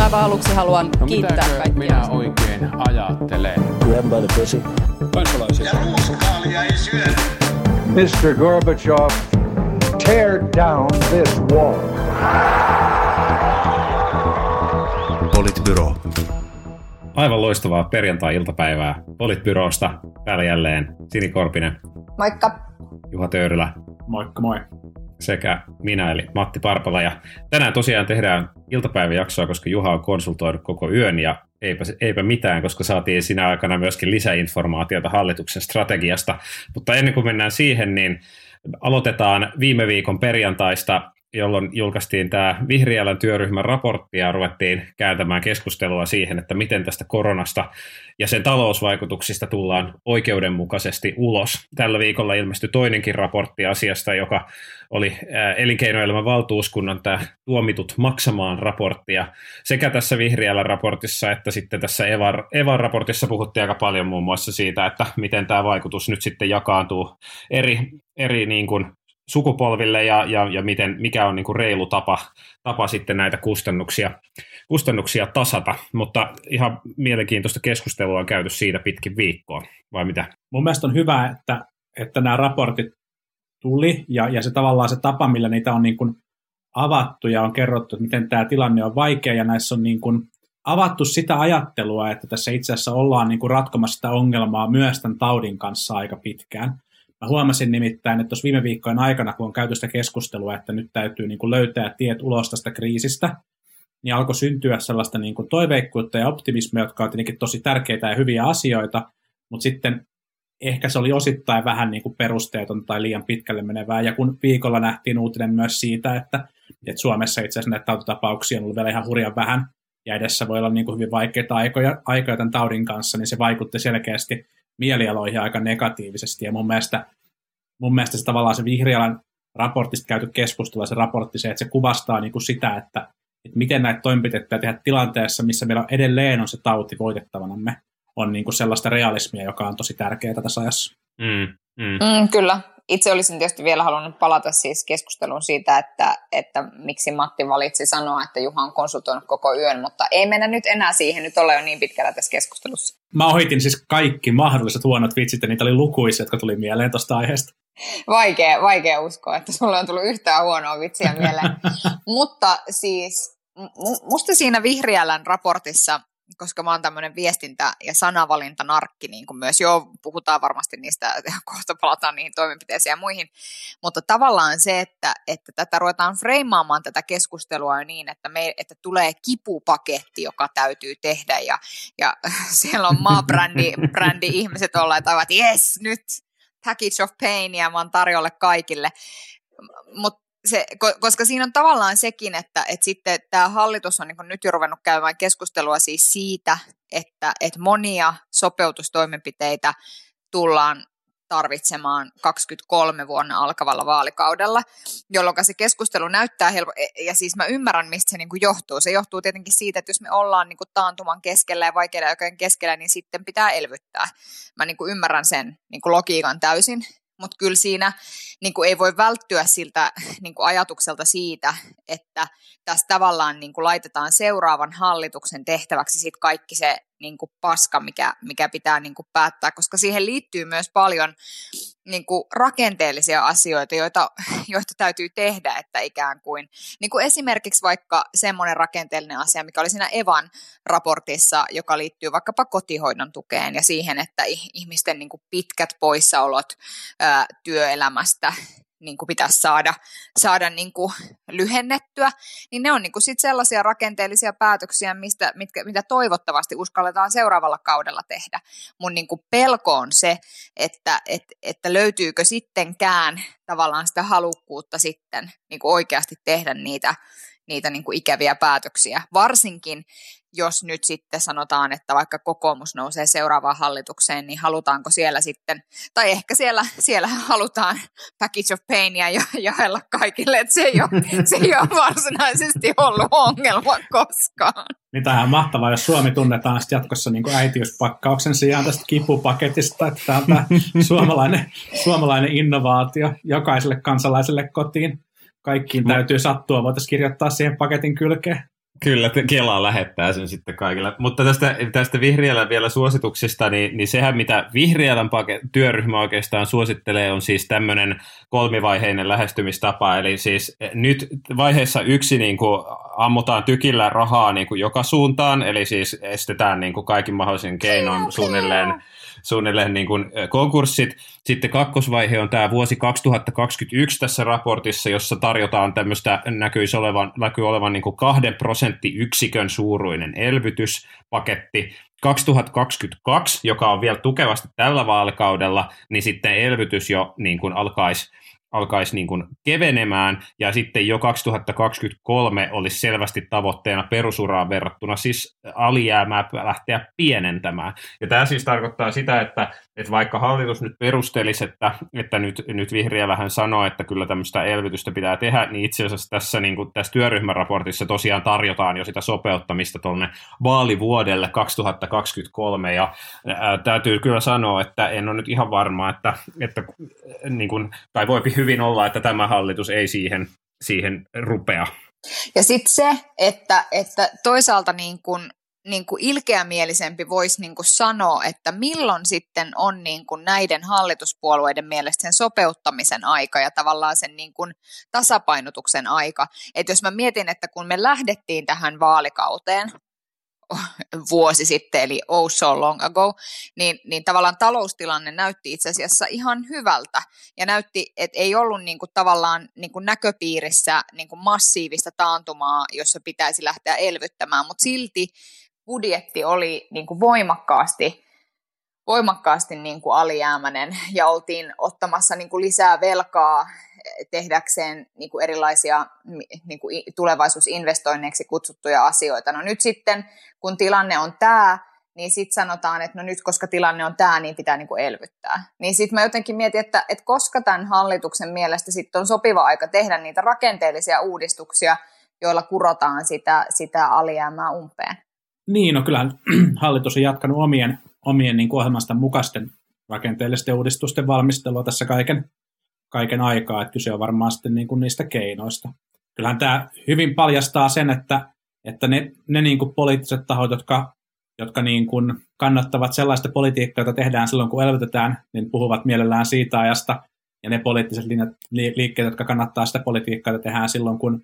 aivan aluksi haluan kiittää kaikkia. Minä oikein ajattelen? Grab by the pussy. Kansalaisia. Ja ruuskaalia ei syödä. Mr. Gorbachev, tear down this wall. Politbyro. Aivan loistavaa perjantai-iltapäivää Politbyrosta. Täällä jälleen Sini Korpinen. Moikka. Juha Töyrylä. Moikka moi. Sekä minä eli Matti Parpala. Ja tänään tosiaan tehdään iltapäiväjaksoa, koska Juha on konsultoinut koko yön ja eipä mitään, koska saatiin siinä aikana myöskin lisäinformaatiota hallituksen strategiasta. Mutta ennen kuin mennään siihen, niin aloitetaan viime viikon perjantaista, jolloin julkaistiin tämä Vihriälän työryhmän raportti ja ruvettiin kääntämään keskustelua siihen, että miten tästä koronasta ja sen talousvaikutuksista tullaan oikeudenmukaisesti ulos. Tällä viikolla ilmestyi toinenkin raportti asiasta, joka oli elinkeinoelämän valtuuskunnan tämä tuomitut maksamaan raportti. Ja sekä tässä Vihriälän raportissa että sitten tässä Evan raportissa puhuttiin aika paljon muun muassa siitä, että miten tämä vaikutus nyt sitten jakaantuu eri niin kuin sukupolville ja mikä on niin kuin reilu tapa sitten näitä kustannuksia tasata, mutta ihan mielenkiintoista keskustelua on käyty siitä pitkin viikkoa, vai mitä? Mun mielestä on hyvä, että nämä raportit tuli ja se tavallaan se tapa, millä niitä on niin kuin avattu ja on kerrottu, että miten tämä tilanne on vaikea ja näissä on niin kuin avattu sitä ajattelua, että tässä itse asiassa ollaan niin kuin ratkomassa sitä ongelmaa myös tämän taudin kanssa aika pitkään. Mä huomasin nimittäin, että tuossa viime viikkojen aikana, kun on käyty sitä keskustelua, että nyt täytyy niin kuin löytää tiet ulos tästä kriisistä, niin alkoi syntyä sellaista niin kuin toiveikkuutta ja optimismia, jotka on tietenkin tosi tärkeitä ja hyviä asioita, mutta sitten ehkä se oli osittain vähän niin kuin perusteeton tai liian pitkälle menevää. Ja kun viikolla nähtiin uutinen myös siitä, että Suomessa itse asiassa näitä tautitapauksia on ollut vielä ihan hurjan vähän, ja edessä voi olla niin kuin hyvin vaikeita aikoja tämän taudin kanssa, niin se vaikutti selkeästi mielialoihin aika negatiivisesti, ja mun mielestä se tavallaan se Vihriälän raportista käyty keskustelu ja se raportti se, että se kuvastaa niin kuin sitä, että miten näitä toimenpiteitä pitää tehdä tilanteessa, missä meillä edelleen on se tauti voitettavanamme, on niin kuin sellaista realismia, joka on tosi tärkeää tässä ajassa. Kyllä. Itse olisin tietysti vielä halunnut palata siis keskusteluun siitä, että miksi Matti valitsi sanoa, että Juha on konsultoinut koko yön, mutta ei mennä nyt enää siihen, nyt ollaan jo niin pitkällä tässä keskustelussa. Mä ohitin siis kaikki mahdolliset huonot vitsit, ja niitä oli lukuisia, jotka tuli mieleen tuosta aiheesta. Vaikea uskoa, että sulle on tullut yhtään huonoa vitsiä mieleen. Mutta siis musta siinä Vihriälän raportissa, koska mä oon tämmöinen viestintä- ja sanavalintanarkki, niin kuin myös puhutaan varmasti niistä, kohta palataan niihin toimenpiteisiin ja muihin, mutta tavallaan se, että tätä ruvetaan freimaamaan tätä keskustelua niin, että tulee kipupaketti, joka täytyy tehdä, ja siellä on maabrändi ihmiset olleet, että aivan, yes, nyt package of pain, ja mä oon tarjolle kaikille, mutta koska siinä on tavallaan sekin, että sitten tämä hallitus on niin kuin nyt jo ruvennut käymään keskustelua siis siitä, että monia sopeutustoimenpiteitä tullaan tarvitsemaan 23 vuonna alkavalla vaalikaudella, jolloin se keskustelu näyttää ja siis mä ymmärrän, mistä se niin kuin johtuu. Se johtuu tietenkin siitä, että jos me ollaan niin kuin taantuman keskellä ja vaikeiden aikojen keskellä, niin sitten pitää elvyttää. Mä niin kuin ymmärrän sen niin kuin logiikan täysin. Mutta kyllä siinä niin kuin ei voi välttyä siltä niin kuin ajatukselta siitä, että tässä tavallaan niin kuin laitetaan seuraavan hallituksen tehtäväksi sit kaikki se niin kuin paska, mikä pitää niin kuin päättää, koska siihen liittyy myös paljon niin kuin rakenteellisia asioita, joita täytyy tehdä, että ikään kuin esimerkiksi vaikka semmoinen rakenteellinen asia, mikä oli siinä Evan raportissa, joka liittyy vaikkapa kotihoidon tukeen ja siihen, että ihmisten niin kuin pitkät poissaolot työelämästä niin kuin pitäisi saada niin kuin lyhennettyä, niin ne on niin kuin sit sellaisia rakenteellisia päätöksiä, mitä toivottavasti uskalletaan seuraavalla kaudella tehdä. Mun niin kuin pelko on se, että löytyykö sittenkään tavallaan sitä halukkuutta sitten niin kuin oikeasti tehdä niitä niin kuin ikäviä päätöksiä, varsinkin jos nyt sitten sanotaan, että vaikka kokoomus nousee seuraavaan hallitukseen, niin halutaanko siellä sitten, tai ehkä siellä halutaan package of painia jaella kaikille, että se ei ole varsinaisesti ollut ongelma koskaan. Niin tämä on mahtavaa, jos Suomi tunnetaan sitten jatkossa niin kuin äitiyspakkauksen sijaan tästä kipupaketista, että tämä on tämä suomalainen innovaatio jokaiselle kansalaiselle kotiin. Kaikkiin täytyy sattua, voitaisiin kirjoittaa siihen paketin kylkeen. Kyllä, Kela lähettää sen sitten kaikille. Mutta tästä Vihriälän vielä suosituksista, niin sehän mitä Vihriälän työryhmä oikeastaan suosittelee on siis tämmöinen kolmivaiheinen lähestymistapa. Eli siis nyt vaiheessa 1 niin kuin ammutaan tykillä rahaa niin kuin joka suuntaan, eli siis estetään niin kuin kaikin mahdollisen keinoin suunnilleen niin kuin konkurssit. Sitten kakkosvaihe on tämä vuosi 2021 tässä raportissa, jossa tarjotaan tämmöistä näkyy olevan niin kuin 2% suuruinen elvytyspaketti. 2022, joka on vielä tukevasti tällä vaalikaudella, niin sitten elvytys jo niin kuin alkaisi niin kuin kevenemään, ja sitten jo 2023 olisi selvästi tavoitteena perusuraan verrattuna siis alijäämää lähteä pienentämään. Ja tämä siis tarkoittaa sitä, että vaikka hallitus nyt perustelisi, että nyt Vihriälähän sanoo, että kyllä tämmöistä elvytystä pitää tehdä, niin itse asiassa tässä, niin kuin tässä työryhmän raportissa tosiaan tarjotaan jo sitä sopeuttamista tuonne vaalivuodelle 2023, ja täytyy kyllä sanoa, että en ole nyt ihan varma, että niin kuin, tai voipi hyvin olla, että tämä hallitus ei siihen rupea. Ja sitten se, että toisaalta niin kuin ilkeämielisempi voisi niin kuin sanoa, että milloin sitten on niin kuin näiden hallituspuolueiden mielestä sen sopeuttamisen aika ja tavallaan sen niin kuin tasapainotuksen aika. Että jos mä mietin, että kun me lähdettiin tähän vaalikauteen vuosi sitten, eli oh so long ago, niin tavallaan taloustilanne näytti itse asiassa ihan hyvältä. Ja näytti, että ei ollut niin kuin tavallaan niin kuin näköpiirissä niin kuin massiivista taantumaa, jossa pitäisi lähteä elvyttämään, mutta silti budjetti oli niin kuin voimakkaasti niin kuin alijäämäinen ja oltiin ottamassa niin kuin lisää velkaa tehdäkseen niin kuin erilaisia niin kuin tulevaisuusinvestoinneiksi kutsuttuja asioita. No nyt sitten, kun tilanne on tämä, niin sitten sanotaan, että no nyt, koska tilanne on tämä, niin pitää niin kuin elvyttää. Niin sitten mä jotenkin mietin, että koska tämän hallituksen mielestä sitten on sopiva aika tehdä niitä rakenteellisia uudistuksia, joilla kurotaan sitä alijäämää umpeen. Niin, no kyllähän hallitus on jatkanut omien niin kuin ohjelmasta mukaisten rakenteellisten uudistusten valmistelua tässä kaiken aikaa, että kyse on varmaan sitten niin kuin niistä keinoista. Kyllähän tämä hyvin paljastaa sen, että ne niin kuin poliittiset tahot, jotka niin kuin kannattavat sellaista politiikkaa, jota tehdään silloin, kun elvytetään, niin puhuvat mielellään siitä ajasta, ja ne poliittiset liikkeet, jotka kannattaa sitä politiikkaa, jota tehdään silloin, kun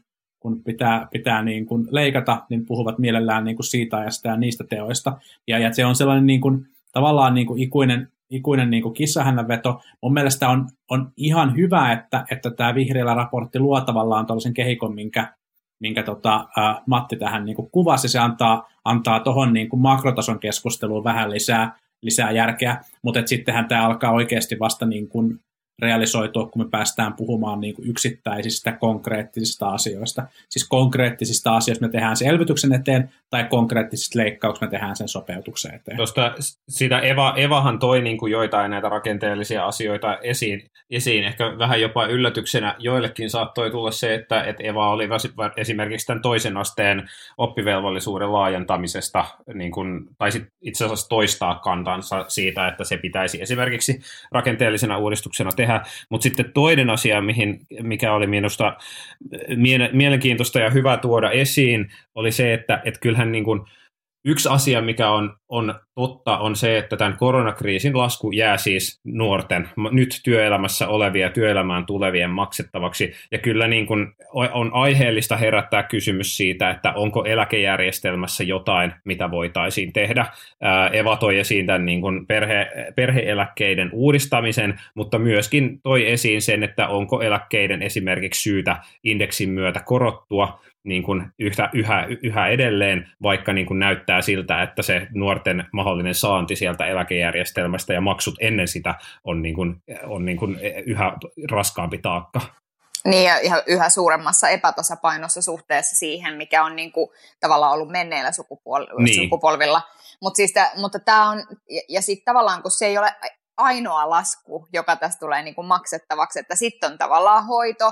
pitää niin kuin leikata, niin puhuvat mielellään niin kuin siitä ajasta ja niistä teoista. Ja se on sellainen niin kuin, tavallaan niin kuin ikuinen niin kuin kissahännänveto. Mun mielestä on ihan hyvä, että tämä Vihriälän raportti luo tavallaan tällaisen kehikon, minkä Matti tähän niin kuin kuvasi. Se antaa tuohon niin kuin makrotason keskusteluun vähän lisää järkeä, mutta sittenhän tämä alkaa oikeasti vasta niin kuin realisoitua, kun me päästään puhumaan niin kuin yksittäisistä konkreettisista asioista. Siis konkreettisista asioista me tehdään sen elvytyksen eteen, tai konkreettisista leikkauksista me tehdään sen sopeutuksen eteen. Siitä Evahan toi niin kuin joitain näitä rakenteellisia asioita esiin. Ehkä vähän jopa yllätyksenä joillekin saattoi tulla se, että Eva oli esimerkiksi tämän toisen asteen oppivelvollisuuden laajentamisesta, niin kuin, tai itse asiassa toistaa kantansa siitä, että se pitäisi esimerkiksi rakenteellisena uudistuksena tehdä. Mutta sitten toinen asia, mikä oli minusta mielenkiintoista ja hyvä tuoda esiin, oli se, että kyllähän niin kuin yksi asia, mikä on totta, on se, että tämän koronakriisin lasku jää siis nuorten, nyt työelämässä olevia, työelämään tulevien maksettavaksi. Ja kyllä niin kuin on aiheellista herättää kysymys siitä, että onko eläkejärjestelmässä jotain, mitä voitaisiin tehdä. Eva toi esiin tämän niin kuin perhe-eläkkeiden uudistamisen, mutta myöskin toi esiin sen, että onko eläkkeiden esimerkiksi syytä indeksin myötä korottua niin kuin yhä edelleen, vaikka niin kuin näyttää siltä, että se nuorten mahdollinen saanti sieltä eläkejärjestelmästä ja maksut ennen sitä on niin kuin yhä raskaampi taakka. Niin, ja yhä suuremmassa epätasapainossa suhteessa siihen, mikä on niin kuin tavallaan ollut menneillä sukupolvilla. Mutta tämä on, ja sitten tavallaan kun se ei ole ainoa lasku, joka tässä tulee niin kuin maksettavaksi, että sitten on tavallaan hoito.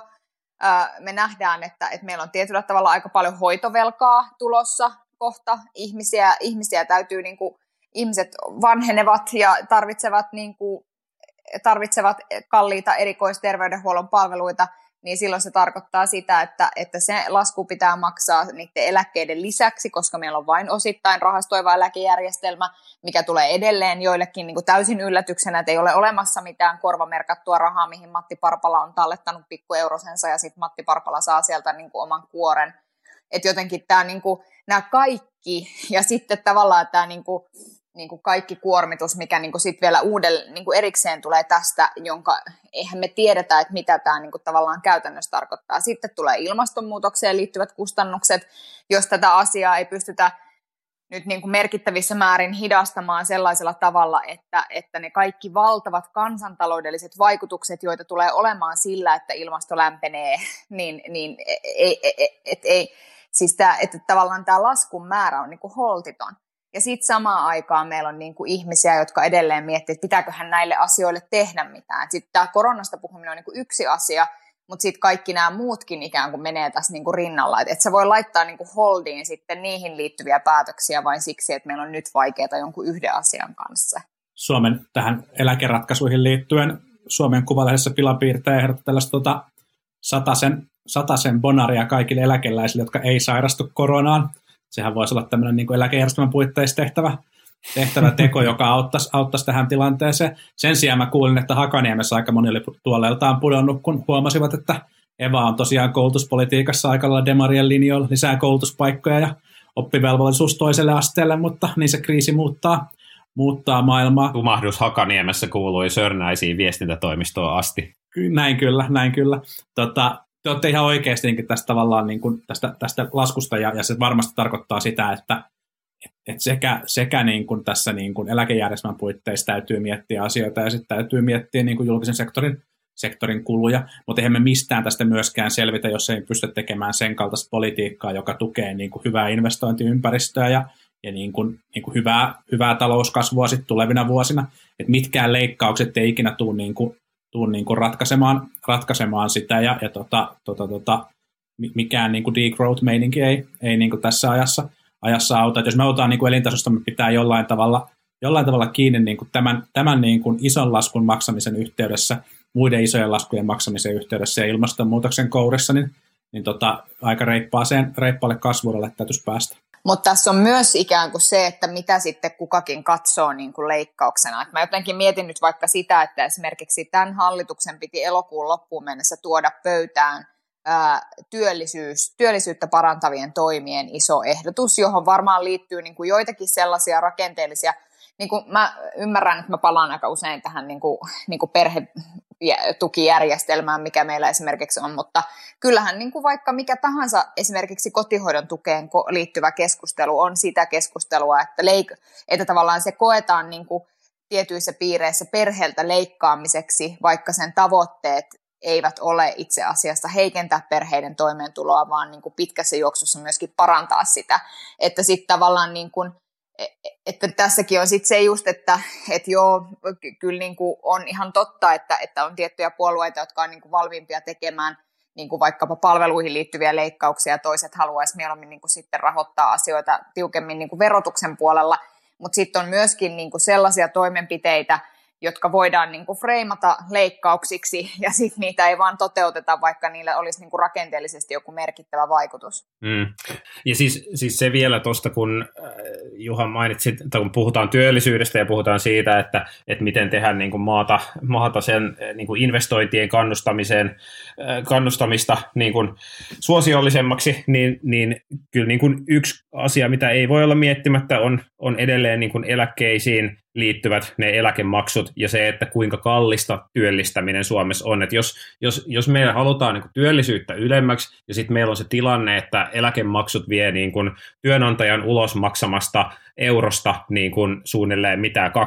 Me nähdään, että meillä on tietyllä tavalla aika paljon hoitovelkaa tulossa kohta. Ihmisiä täytyy, niin kuin, ihmiset vanhenevat ja tarvitsevat kalliita erikoisterveydenhuollon palveluita. niin silloin se tarkoittaa sitä, että se lasku pitää maksaa niiden eläkkeiden lisäksi, koska meillä on vain osittain rahastoiva eläkejärjestelmä, mikä tulee edelleen joillekin niin kuin täysin yllätyksenä, että ei ole olemassa mitään korvamerkattua rahaa, mihin Matti Parpala on tallettanut pikkueurosensa, ja sitten Matti Parpala saa sieltä niin kuin oman kuoren. Että jotenkin tämä, niin kuin, nämä kaikki, ja sitten tavallaan tämä niin kuin kaikki kuormitus, mikä niin kuin sitten vielä niin kuin erikseen tulee tästä, jonka eihän me tiedetä, että mitä tämä niin kuin tavallaan käytännössä tarkoittaa. Sitten tulee ilmastonmuutokseen liittyvät kustannukset, jos tätä asiaa ei pystytä nyt niin kuin merkittävissä määrin hidastamaan sellaisella tavalla, että ne kaikki valtavat kansantaloudelliset vaikutukset, joita tulee olemaan sillä, että ilmasto lämpenee, niin siis että tavallaan tämä laskun määrä on niin kuin holtiton. Ja sitten samaan aikaan meillä on niin kuin ihmisiä, jotka edelleen miettii, että pitääköhän näille asioille tehdä mitään. Sitten tämä koronasta puhuminen on niin kuin yksi asia, mutta sitten kaikki nämä muutkin ikään kuin menee tässä niin kuin rinnalla. Että sä voi laittaa niin kuin holdiin sitten niihin liittyviä päätöksiä vain siksi, että meillä on nyt vaikeaa jonkun yhden asian kanssa. Suomen tähän eläkeratkaisuihin liittyen Suomen Kuvalehdessä pilapiirtäjä ehdotti tällaista satasen bonaria kaikille eläkeläisille, jotka ei sairastu koronaan. Sehän voisi olla tämmöinen niin kuin eläkejärjestelmän puitteissa tehtävä teko, joka auttaisi tähän tilanteeseen. Sen sijaan mä kuulin, että Hakaniemessä aika moni oli tuoleltaan pudonnut, kun huomasivat, että Eva on tosiaan koulutuspolitiikassa aika lailla demarien linjoilla, lisää koulutuspaikkoja ja oppivelvollisuus toiselle asteelle, mutta niin se kriisi muuttaa maailmaa. Tumahdus Hakaniemessä kuului Sörnäisiin viestintätoimistoon asti. Näin kyllä. Te olette ihan oikeasti tästä tavallaan niin kuin tästä laskusta, ja se varmasti tarkoittaa sitä, että sekä niin kuin tässä niin kuin eläkejärjestelmän puitteissa täytyy miettiä asioita, ja sitten täytyy miettiä niin kuin julkisen sektorin kuluja, mutta eihän me mistään tästä myöskään selvitä, jos ei pysty tekemään sen kaltaista politiikkaa, joka tukee niin kuin hyvää investointiympäristöä ja niin kuin hyvää talouskasvua sitten tulevina vuosina. Että mitkään leikkaukset ei ikinä tule niin kuin ratkaisemaan sitä, ja mikään niin kuin degrowth-meininki ei niin kuin tässä ajassa auta. Et jos me otetaan niin kuin elintasosta, me pitää jollain tavalla kiinni niin kuin tämän niin kuin ison laskun maksamisen yhteydessä, muiden isojen laskujen maksamisen yhteydessä ja ilmastonmuutoksen kourissa, niin aika reippaalle kasvuudelle täytyisi päästä. Mutta tässä on myös ikään kuin se, että mitä sitten kukakin katsoo niin kuin leikkauksena. Et mä jotenkin mietin nyt vaikka sitä, että esimerkiksi tämän hallituksen piti elokuun loppuun mennessä tuoda pöytään työllisyyttä parantavien toimien iso ehdotus, johon varmaan liittyy niin kuin joitakin sellaisia rakenteellisia, niin kuin mä ymmärrän, että mä palaan aika usein tähän niin kuin perhetukijärjestelmään, mikä meillä esimerkiksi on, mutta kyllähän niin kuin vaikka mikä tahansa esimerkiksi kotihoidon tukeen liittyvä keskustelu on sitä keskustelua, että tavallaan se koetaan niin kuin tietyissä piireissä perheeltä leikkaamiseksi, vaikka sen tavoitteet eivät ole itse asiassa heikentää perheiden toimeentuloa, vaan niin kuin pitkässä juoksussa myöskin parantaa sitä, että sitten tavallaan niin kuin että tässäkin on sitten se just, että joo, kyllä niin kuin on ihan totta, että on tiettyjä puolueita, jotka on niin kuin valmiimpia tekemään niin kuin vaikkapa palveluihin liittyviä leikkauksia, toiset haluaisi mieluummin niin kuin sitten rahoittaa asioita tiukemmin niin kuin verotuksen puolella, mutta sitten on myöskin niin kuin sellaisia toimenpiteitä, jotka voidaan niin kuin freimata leikkauksiksi, ja sitten niitä ei vaan toteuteta, vaikka niillä olisi niin kuin rakenteellisesti joku merkittävä vaikutus. Ja siis se vielä tuosta, kun Juha mainitsit, että kun puhutaan työllisyydestä ja puhutaan siitä, että miten tehdään niin kuin maata sen niin kuin investointien kannustamista niin kuin suosiollisemmaksi, niin kyllä niin kuin yksi asia, mitä ei voi olla miettimättä, on edelleen niin kuin eläkkeisiin liittyvät ne eläkemaksut ja se, että kuinka kallista työllistäminen Suomessa on. Että jos meillä halutaan niin kuin työllisyyttä ylemmäksi ja sitten meillä on se tilanne, että eläkemaksut vie niin kuin työnantajan ulos maksamasta eurosta niin kuin suunnilleen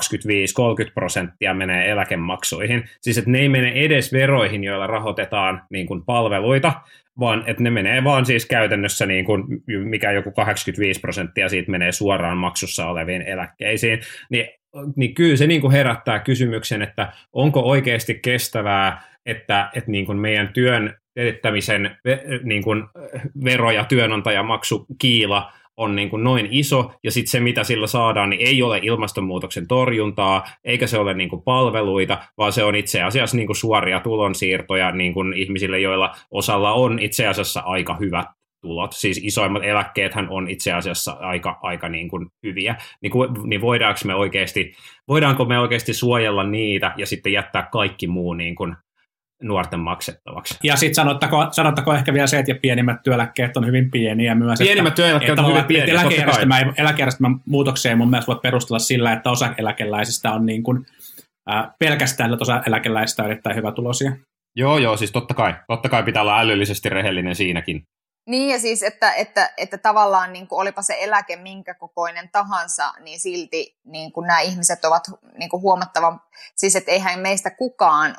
25-30% menee eläkemaksuihin. Siis että ne ei mene edes veroihin, joilla rahoitetaan niin kuin palveluita, vaan että ne menee vaan siis käytännössä niin kuin, mikä joku 85% siitä menee suoraan maksussa oleviin eläkkeisiin, niin kyllä se niin kuin herättää kysymyksen, että onko oikeasti kestävää, että niin kuin meidän työn teettämisen niin kuin vero- ja työnantajamaksukiila on niin kuin noin iso, ja sitten se, mitä sillä saadaan, niin ei ole ilmastonmuutoksen torjuntaa, eikä se ole niin kuin palveluita, vaan se on itse asiassa niin kuin suoria tulonsiirtoja niin kuin ihmisille, joilla osalla on itse asiassa aika hyvät tulot. Siis isoimmat eläkkeethän on itse asiassa aika niin kuin hyviä. Niin voidaanko me oikeasti suojella niitä ja sitten jättää kaikki muu niin kuin nuorten maksettavaksi? Ja sitten sanottako ehkä vielä se, että pienimmät työeläkkeet on hyvin pieniä myös. Pienimmät työeläkkeet on hyvin pieniä. Eläkejärjestelmän muutokseen ei mun mielestä voi perustella sillä, että osa eläkeläisistä on niin kuin, pelkästään, että osa eläkeläisistä on erittäin hyvätuloisia. Joo, siis totta kai pitää olla älyllisesti rehellinen siinäkin. Niin, ja siis, että tavallaan niin kuin olipa se eläke minkä kokoinen tahansa, niin silti niin kuin nämä ihmiset ovat niin kuin huomattavan, siis että eihän meistä kukaan,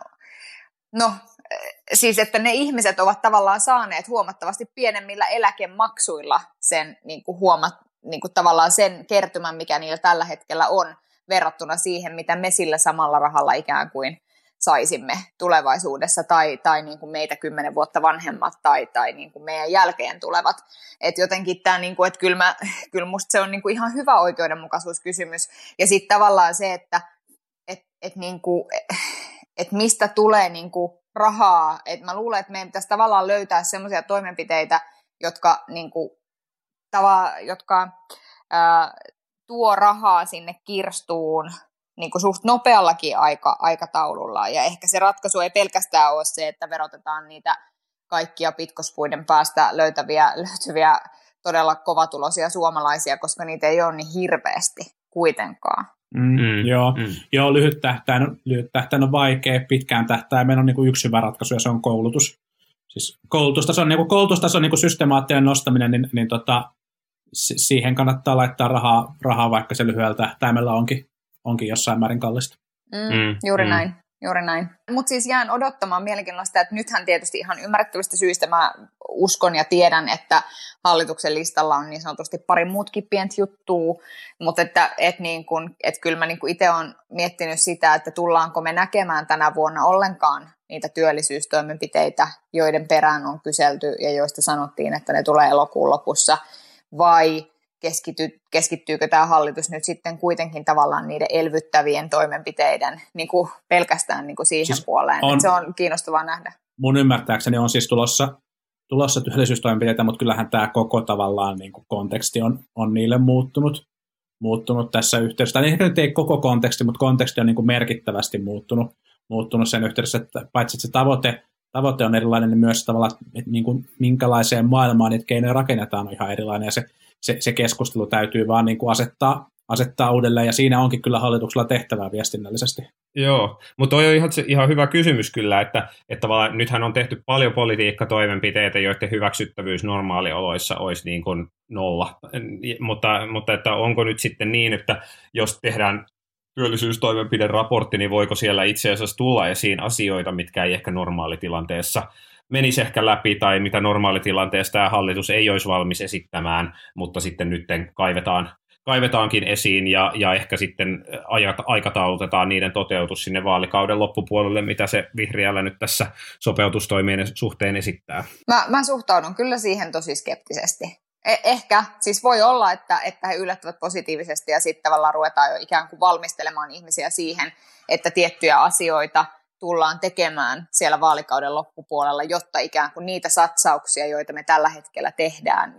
siis että ne ihmiset ovat tavallaan saaneet huomattavasti pienemmillä eläkemaksuilla sen niin kuin tavallaan sen kertymän, mikä niillä tällä hetkellä on, verrattuna siihen, mitä me sillä samalla rahalla ikään kuin saisimme tulevaisuudessa tai niin kuin meitä 10 vuotta vanhemmat tai niin kuin meidän jälkeen tulevat. Että jotenkin tämä, niin kuin, että kyllä musta se on niin kuin ihan hyvä oikeudenmukaisuuskysymys. Ja sitten tavallaan se, että niin kuin, että mistä tulee niin kuin rahaa. Että mä luulen, että meidän pitäisi tavallaan löytää sellaisia toimenpiteitä, jotka tuo rahaa sinne kirstuun niin kuin suht nopeallakin aikataululla. Ja ehkä se ratkaisu ei pelkästään ole se, että verotetaan niitä kaikkia pitkospuiden päästä löytyviä todella kovatuloisia suomalaisia, koska niitä ei ole niin hirveästi kuitenkaan. Joo, lyhyt tähtäin on vaikea, pitkään tähtäimeen on niin kuin yksi hyvä ratkaisu, ja se on koulutus. Siis koulutustason niin kuin systemaattinen nostaminen, niin siihen kannattaa laittaa rahaa, vaikka se lyhyellä tähtäimellä onkin jossain määrin kallista. Juuri näin. Mutta siis jään odottamaan mielenkiinnolla sitä, että nythän tietysti ihan ymmärrettävistä syistä mä uskon ja tiedän, että hallituksen listalla on niin sanotusti pari muutkin pientä juttua, mutta että kyllä mä niin itse olen miettinyt sitä, että tullaanko me näkemään tänä vuonna ollenkaan niitä työllisyystoimenpiteitä, joiden perään on kyselty ja joista sanottiin, että ne tulee elokuun lopussa, vai keskittyykö tämä hallitus nyt sitten kuitenkin tavallaan niiden elvyttävien toimenpiteiden niin kuin pelkästään niin kuin siihen siis puoleen. Se on kiinnostavaa nähdä. Mun ymmärtääkseni on siis tulossa työllisyystoimenpiteitä, mutta kyllähän tämä koko tavallaan niin kuin konteksti on niille muuttunut tässä yhteydessä. Tai ehkä nyt ei koko konteksti, mutta konteksti on niin kuin merkittävästi muuttunut sen yhteydessä, että paitsi että se tavoite on erilainen, niin myös tavallaan, että niin kuin minkälaiseen maailmaan niitä keinoja rakennetaan on ihan erilainen, ja se keskustelu täytyy vaan niin kuin asettaa uudelleen, ja siinä onkin kyllä hallituksella tehtävää viestinnällisesti. Joo, mutta toi on ihan hyvä kysymys kyllä, että nythän on tehty paljon politiikkatoimenpiteitä, joiden hyväksyttävyys normaalioloissa olisi niin kuin 0, mutta että onko nyt sitten niin, että jos tehdään työllisyystoimenpideraportti, niin voiko siellä itse asiassa tulla esiin asioita, mitkä ei ehkä normaalitilanteessa menisi ehkä läpi, tai mitä normaalitilanteessa tämä hallitus ei olisi valmis esittämään, mutta sitten nyt kaivetaankin esiin, ja ehkä sitten aikataulutetaan niiden toteutus sinne vaalikauden loppupuolelle, mitä se vihreällä nyt tässä sopeutustoimien suhteen esittää. Mä suhtaudun kyllä siihen tosi skeptisesti. Ehkä, siis voi olla, että he yllättävät positiivisesti, ja sitten tavallaan ruvetaan jo ikään kuin valmistelemaan ihmisiä siihen, että tiettyjä asioita tullaan tekemään siellä vaalikauden loppupuolella, jotta ikään kuin niitä satsauksia, joita me tällä hetkellä tehdään,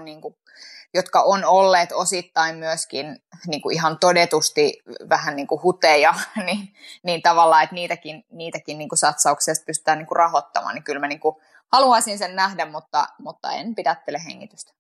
jotka on olleet osittain myöskin niin kuin ihan todetusti vähän niin kuin huteja, niin tavallaan, että niitäkin niin kuin satsauksia pystytään niin kuin rahoittamaan, niin kyllä mä niin kuin haluaisin sen nähdä, mutta en pidättele hengitystä.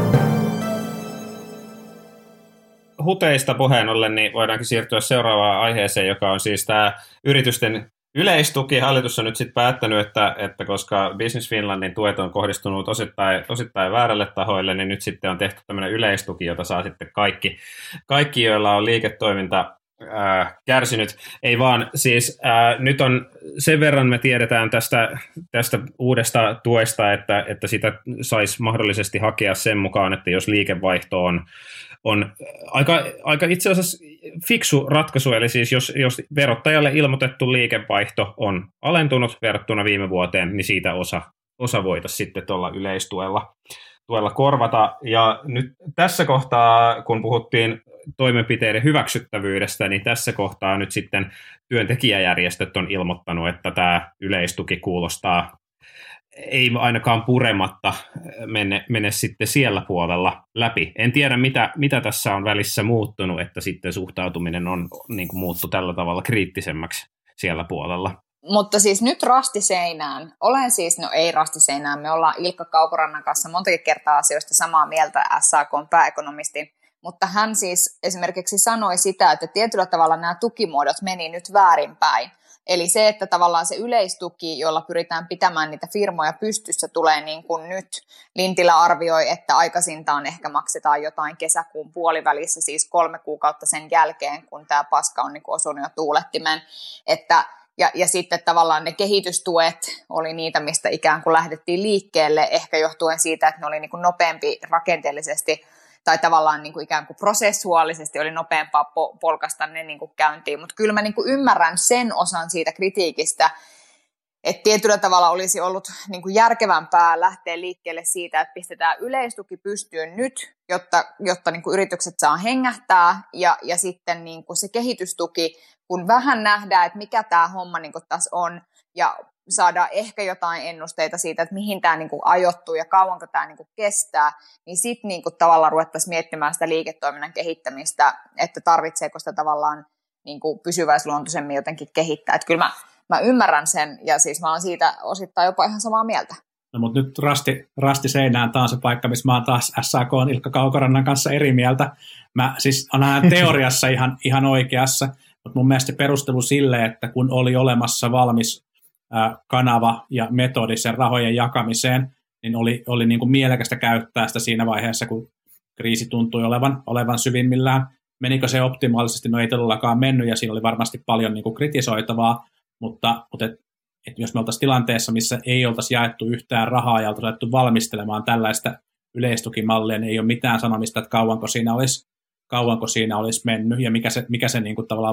Huteista puheen ollen, niin voidaankin siirtyä seuraavaan aiheeseen, joka on siis tämä yritysten yleistuki. Hallitus on nyt sitten päättänyt, että koska Business Finlandin tuet on kohdistunut osittain väärälle tahoille, niin nyt sitten on tehty tämmöinen yleistuki, jota saa sitten kaikki joilla on liiketoiminta kärsinyt. Ei vaan, siis nyt on sen verran me tiedetään tästä uudesta tuesta, että sitä saisi mahdollisesti hakea sen mukaan, että jos liikevaihto on aika itse asiassa fiksu ratkaisu, eli siis jos verottajalle ilmoitettu liikevaihto on alentunut verrattuna viime vuoteen, niin siitä osa voitaisiin sitten tuolla yleistuella tuella korvata. Ja nyt tässä kohtaa, kun puhuttiin toimenpiteiden hyväksyttävyydestä, niin tässä kohtaa nyt sitten työntekijäjärjestöt on ilmoittanut, että tämä yleistuki kuulostaa ei ainakaan purematta mene sitten siellä puolella läpi. En tiedä, mitä tässä on välissä muuttunut, että sitten suhtautuminen on niin kuin muuttu tällä tavalla kriittisemmäksi siellä puolella. Mutta siis nyt rastiseinään, ei rastiseinään, me ollaan Ilkka Kaukorannan kanssa montakin kertaa asioista samaa mieltä, SAK:n pääekonomistin, mutta hän siis esimerkiksi sanoi sitä, että tietyllä tavalla nämä tukimuodot meni nyt väärinpäin. Eli se, että tavallaan se yleistuki, jolla pyritään pitämään niitä firmoja pystyssä, tulee niin kuin nyt. Lintilä arvioi, että aikaisintaan ehkä maksetaan jotain kesäkuun puolivälissä, siis 3 kuukautta sen jälkeen, kun tämä paska on niin kuin osunut jo tuulettimeen. Ja sitten tavallaan ne kehitystuet oli niitä, mistä ikään kuin lähdettiin liikkeelle, ehkä johtuen siitä, että ne oli niin kuin nopeampi rakenteellisesti tai tavallaan niin kuin ikään kuin prosessuaalisesti oli nopeampaa polkasta ne niin kuin käyntiin. Mutta kyllä mä niin kuin ymmärrän sen osan siitä kritiikistä, että tietyllä tavalla olisi ollut niin kuin järkevämpää lähteä liikkeelle siitä, että pistetään yleistuki pystyyn nyt, jotta niin kuin yritykset saa hengähtää, ja sitten niin kuin se kehitystuki, kun vähän nähdään, että mikä tämä homma niin kuin tässä on, ja saadaan ehkä jotain ennusteita siitä, että mihin tämä niin kuin ajoittuu ja kauanko tämä niin kuin kestää, niin sitten niin kuin tavallaan ruvettaisiin miettimään sitä liiketoiminnan kehittämistä, että tarvitseeko sitä tavallaan niin kuin pysyväisluontoisemmin jotenkin kehittää. Että kyllä mä ymmärrän sen, ja siis mä oon siitä osittain jopa ihan samaa mieltä. No, mutta nyt rasti seinään, tämä on se paikka, missä mä oon taas SAK:n Ilkka Kaukorannan kanssa eri mieltä. Mä siis olen teoriassa ihan oikeassa, mutta mun mielestä perustelu sille, että kun oli olemassa valmis kanava ja metodi sen rahojen jakamiseen, niin oli niin kuin mielekästä käyttää sitä siinä vaiheessa, kun kriisi tuntui olevan syvimmillään. Menikö se optimaalisesti? No ei todellakaan mennyt, ja siinä oli varmasti paljon niin kuin kritisoitavaa, mutta jos me oltaisiin tilanteessa, missä ei oltaisi jaettu yhtään rahaa ja oltaisiin jaettu valmistelemaan tällaista yleistukimallia, niin ei ole mitään sanomista, että kauanko siinä olisi mennyt ja mikä se niin kuin tavallaan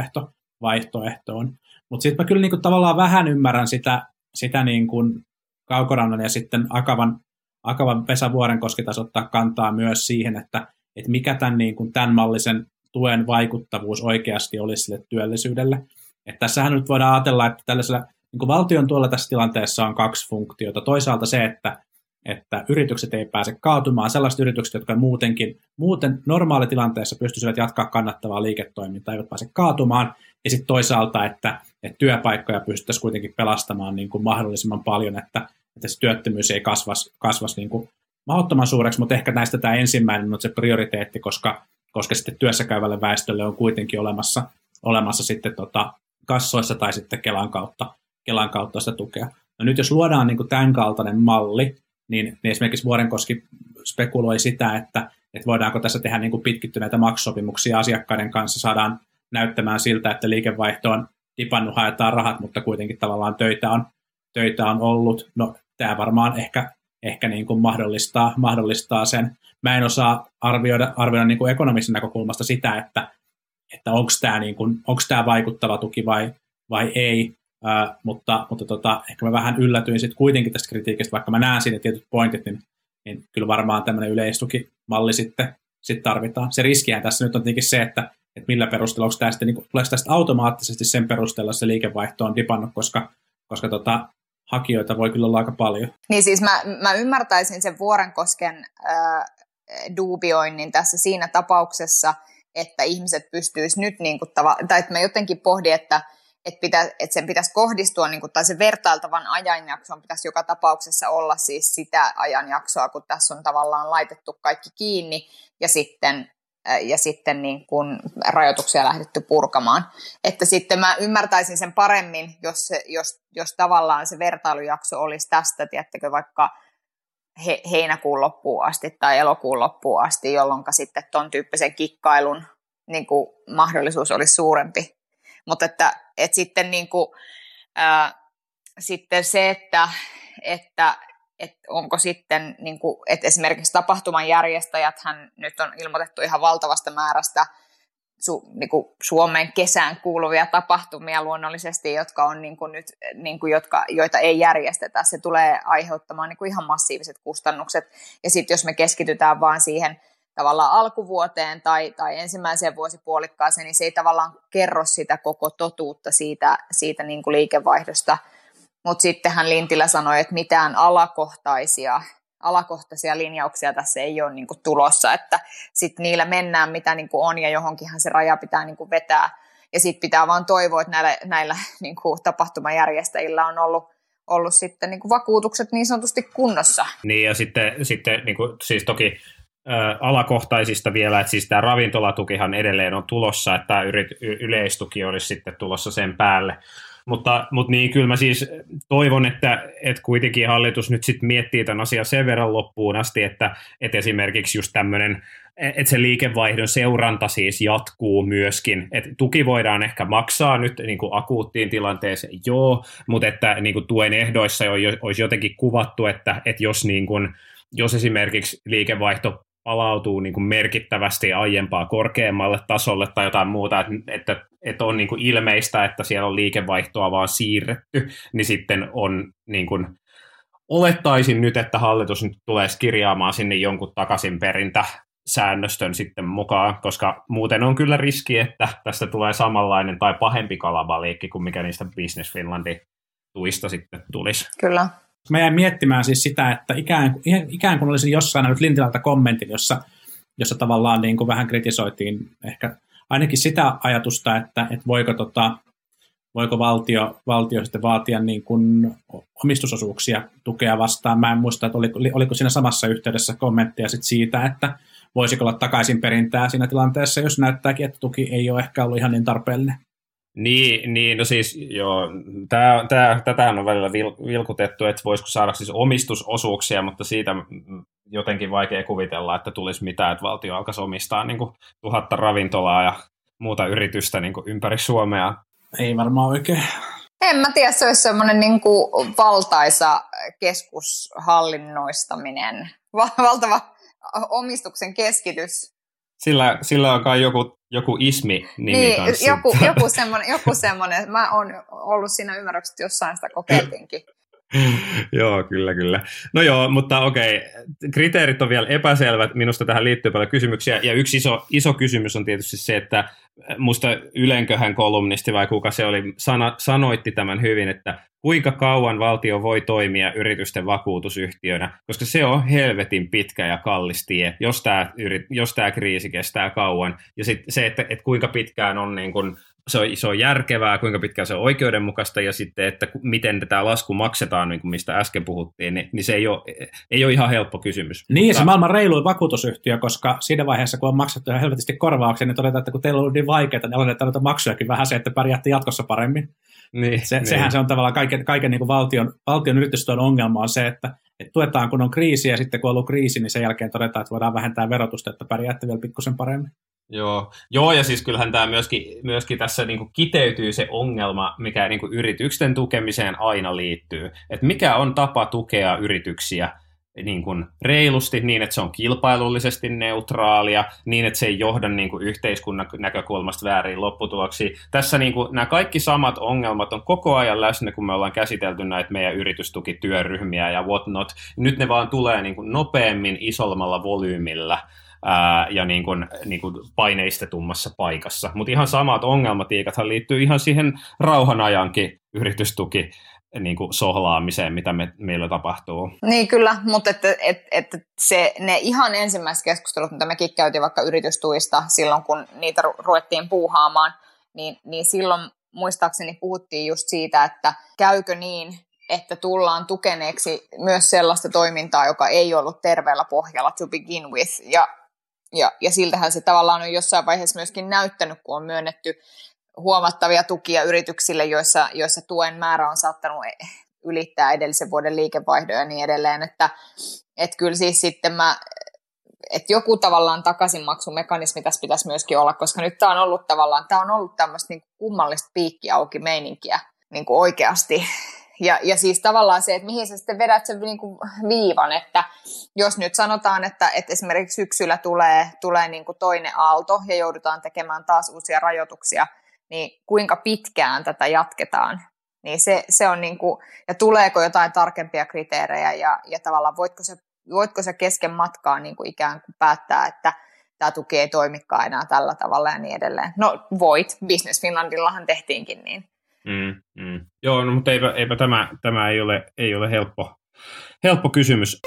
vaihtoehto on. Mutta sitten mä kyllä niin kuin tavallaan vähän ymmärrän sitä niin kuin Kaukorannan ja sitten Akavan Vesa Vuorenkoski taisi ottaa kantaa myös siihen, että mikä tämän mallisen tuen vaikuttavuus oikeasti olisi sille työllisyydelle. Että tässähän nyt voidaan ajatella, että tällaisella niin valtion tuolla tässä tilanteessa on 2 funktiota. Toisaalta se, että yritykset ei pääse kaatumaan, sellaiset yritykset, jotka muuten normaalitilanteessa pystyisivät jatkaa kannattavaa liiketoimintaa, eivät pääse kaatumaan. Ja sitten toisaalta, että työpaikkoja pystyttäisiin kuitenkin pelastamaan niin kuin mahdollisimman paljon, että se työttömyys ei kasvasi niin kuin mahdottoman suureksi, mutta ehkä näistä tämä ensimmäinen on se prioriteetti, koska sitten työssä käyvälle väestölle on kuitenkin olemassa sitten kassoissa tai sitten Kelan kautta sitä tukea. No nyt jos luodaan niin kuin tämän kaltainen malli, niin esimerkiksi Vuorenkoski spekuloi sitä, että voidaanko tässä tehdä niin kuin pitkittyneitä maksusopimuksia asiakkaiden kanssa, saadaan näyttämään siltä, että liikevaihto on tipannut, haetaan rahat, mutta kuitenkin tavallaan töitä on ollut. No tämä varmaan ehkä niin kuin mahdollistaa sen. Mä en osaa arvioida niin kuin ekonomistin näkökulmasta sitä, että onko tämä vaikuttava tuki vai ei, mutta ehkä mä vähän yllätyin sitten kuitenkin tästä kritiikistä, vaikka mä näen siinä tietyt pointit, niin kyllä varmaan tämmöinen yleistukimalli sitten tarvitaan. Se riskihän tässä nyt on tietenkin se, että millä perusteella, onko tämä sitten, niin tuleeko tästä automaattisesti sen perusteella se liikevaihto on dipannut, koska hakijoita voi kyllä olla aika paljon. Niin siis mä ymmärtäisin sen Vuorenkosken duubioinnin tässä siinä tapauksessa, että ihmiset pystyisivät nyt, niin kuin tai että mä jotenkin pohdin, että sen pitäisi kohdistua, niin kuin, tai se vertailtavan ajanjakson pitäisi joka tapauksessa olla siis sitä ajanjaksoa, kun tässä on tavallaan laitettu kaikki kiinni ja sitten niin kuin rajoituksia lähdetty purkamaan. Että sitten mä ymmärtäisin sen paremmin, jos tavallaan se vertailujakso olisi tästä, tiedättekö, vaikka heinäkuun loppuun asti tai elokuun loppuun asti, jolloin sitten ton tyyppisen kikkailun niin kuin mahdollisuus olisi suurempi. Mutta että sitten, niin kuin, sitten se, että onko sitten, niin kuin, että esimerkiksi tapahtuman järjestäjäthän nyt on ilmoitettu ihan valtavasta määrästä niin kuin Suomen kesään kuuluvia tapahtumia luonnollisesti, jotka on niin kuin nyt, niin kuin joita ei järjestetä. Se tulee aiheuttamaan niin kuin ihan massiiviset kustannukset. Ja sitten jos me keskitytään vaan siihen tavallaan alkuvuoteen tai ensimmäiseen vuosipuolikkaaseen, niin se ei tavallaan kerro sitä koko totuutta siitä niin kuin liikevaihdosta. Mutta sittenhän Lintilä sanoi, että mitään alakohtaisia linjauksia tässä ei ole niin kuin tulossa, että sitten niillä mennään mitä niin kuin on ja johonkinhan se raja pitää niin kuin vetää. Ja sitten pitää vaan toivoa, että näillä niin kuin tapahtumajärjestäjillä on ollut sitten niin kuin vakuutukset niin sanotusti kunnossa. Niin ja sitten niin kuin, siis toki alakohtaisista vielä, että siis tämä ravintolatukihan edelleen on tulossa, että tämä yleistuki olisi sitten tulossa sen päälle. Mutta niin kyllä mä siis toivon, että kuitenkin hallitus nyt sitten miettii tämän asian sen verran loppuun asti, että esimerkiksi just tämmöinen, että se liikevaihdon seuranta siis jatkuu myöskin. Että tuki voidaan ehkä maksaa nyt niin kuin akuuttiin tilanteeseen, joo, mutta että niin kuin tuen ehdoissa olisi jotenkin kuvattu, että jos esimerkiksi liikevaihto palautuu niin kuin merkittävästi aiempaa korkeammalle tasolle tai jotain muuta, että on niin kuin ilmeistä, että siellä on liikevaihtoa vaan siirretty, niin sitten on niin kuin, olettaisin nyt, että hallitus nyt tulee kirjaamaan sinne jonkun takaisinperintäsäännöstön sitten mukaan, koska muuten on kyllä riski, että tästä tulee samanlainen tai pahempi kalabaliikki kuin mikä niistä Business Finlandin tuista sitten tulisi. Kyllä. Mä jäin miettimään siis sitä, että ikään kuin olisin jossain nähnyt Lintilältä kommentin, jossa tavallaan niin kuin vähän kritisoitiin ehkä ainakin sitä ajatusta, että voiko valtio sitten vaatia niin kuin omistusosuuksia tukea vastaan. Mä en muista, että oliko siinä samassa yhteydessä kommentteja sit siitä, että voisiko olla takaisinperintää siinä tilanteessa, jos näyttääkin, että tuki ei ole ehkä ollut ihan niin tarpeellinen. Niin, no siis joo, tätähän on välillä vilkutettu, että voisiko saada siis omistusosuuksia, mutta siitä jotenkin vaikea kuvitella, että tulisi mitään, että valtio alkaisi omistaa niin kuin 1000 ravintolaa ja muuta yritystä niin kuin ympäri Suomea. Ei varmaan oikein. En mä tiedä, se olisi semmoinen niin kuin valtaisa keskushallinnoistaminen, valtava omistuksen keskitys. Sillä on kai joku ismi-nimi niin, kanssa. joku semmoinen. Mä oon ollut siinä ymmärryksessä, että jossain sitä kokeiltiinkin. Joo, kyllä. No joo, mutta okei. Kriteerit on vielä epäselvät. Minusta tähän liittyy paljon kysymyksiä. Ja yksi iso kysymys on tietysti se, että musta Ylenköhän kolumnisti vai kuka se oli, sanoitti tämän hyvin, että kuinka kauan valtio voi toimia yritysten vakuutusyhtiönä, koska se on helvetin pitkä ja kallis tie, jos tämä kriisi kestää kauan. Ja sitten se, että kuinka pitkään on niin kun, se on järkevää, kuinka pitkään se on oikeudenmukaista ja sitten, että miten tämä lasku maksetaan, niin kuin mistä äsken puhuttiin, niin se ei ole ihan helppo kysymys. Niin, mutta se maailman reiluin vakuutusyhtiö, koska siinä vaiheessa, kun on maksettu ihan helvetisti korvauksia, niin todetaan, että kun teillä on niin vaikeaa, niin alennetaan noita maksujakin vähän se, että pärjäätte jatkossa paremmin. Niin. Sehän se on tavallaan kaiken niin kuin valtion yritystuen ongelma on se, että tuetaan kun on kriisi ja sitten kun on ollut kriisi, niin sen jälkeen todetaan, että voidaan vähentää verotusta, että pärjäätte vielä pikkusen paremmin. Joo, ja siis kyllähän tämä myöskin tässä niin kuin kiteytyy se ongelma, mikä niin kuin yritysten tukemiseen aina liittyy. Että mikä on tapa tukea yrityksiä niin kuin reilusti niin, että se on kilpailullisesti neutraalia, niin, että se ei johda niin kuin yhteiskunnan näkökulmasta väärin lopputuloksiin. Tässä niin kuin, nämä kaikki samat ongelmat on koko ajan läsnä, kun me ollaan käsitelty näitä meidän yritystukityöryhmiä ja whatnot. Nyt ne vaan tulee niin kuin nopeammin isommalla volyymilla ja niin kuin paineistetummassa paikassa. Mutta ihan samat ongelmatiikathan liittyy ihan siihen rauhanajankin yritystuki niin kuin sohlaamiseen, mitä meillä tapahtuu. Niin kyllä, mutta että ne ihan ensimmäiset keskustelut, mitä mekin käytiin vaikka yritystuista silloin, kun niitä ruvettiin puuhaamaan, niin silloin muistaakseni puhuttiin just siitä, että käykö niin, että tullaan tukeneeksi myös sellaista toimintaa, joka ei ollut terveellä pohjalla to begin with, ja siltähän se tavallaan on jossain vaiheessa myöskin näyttänyt, kun on myönnetty huomattavia tukia yrityksille, joissa tuen määrä on saattanut ylittää edellisen vuoden liikevaihdon ja niin edelleen, että kyllä siis sitten että joku tavallaan takaisinmaksumekanismi tässä pitäisi myöskin olla, koska nyt tämä on ollut tämmöistä niin kummallista piikki auki meininkiä niin kuin oikeasti, Ja siis tavallaan se, että mihin sä sitten vedät sen niin kuin viivan, että jos nyt sanotaan, että esimerkiksi syksyllä tulee niin kuin toinen aalto ja joudutaan tekemään taas uusia rajoituksia, niin kuinka pitkään tätä jatketaan? Niin se on niin kuin, ja tuleeko jotain tarkempia kriteerejä ja tavallaan voitko se kesken matkaa niin kuin ikään kuin päättää, että tämä tuki ei toimikaan enää tällä tavalla ja niin edelleen. No voit, Business Finlandillahan tehtiinkin niin. Joo, no, mutta eipä tämä ei ole helppo kysymys.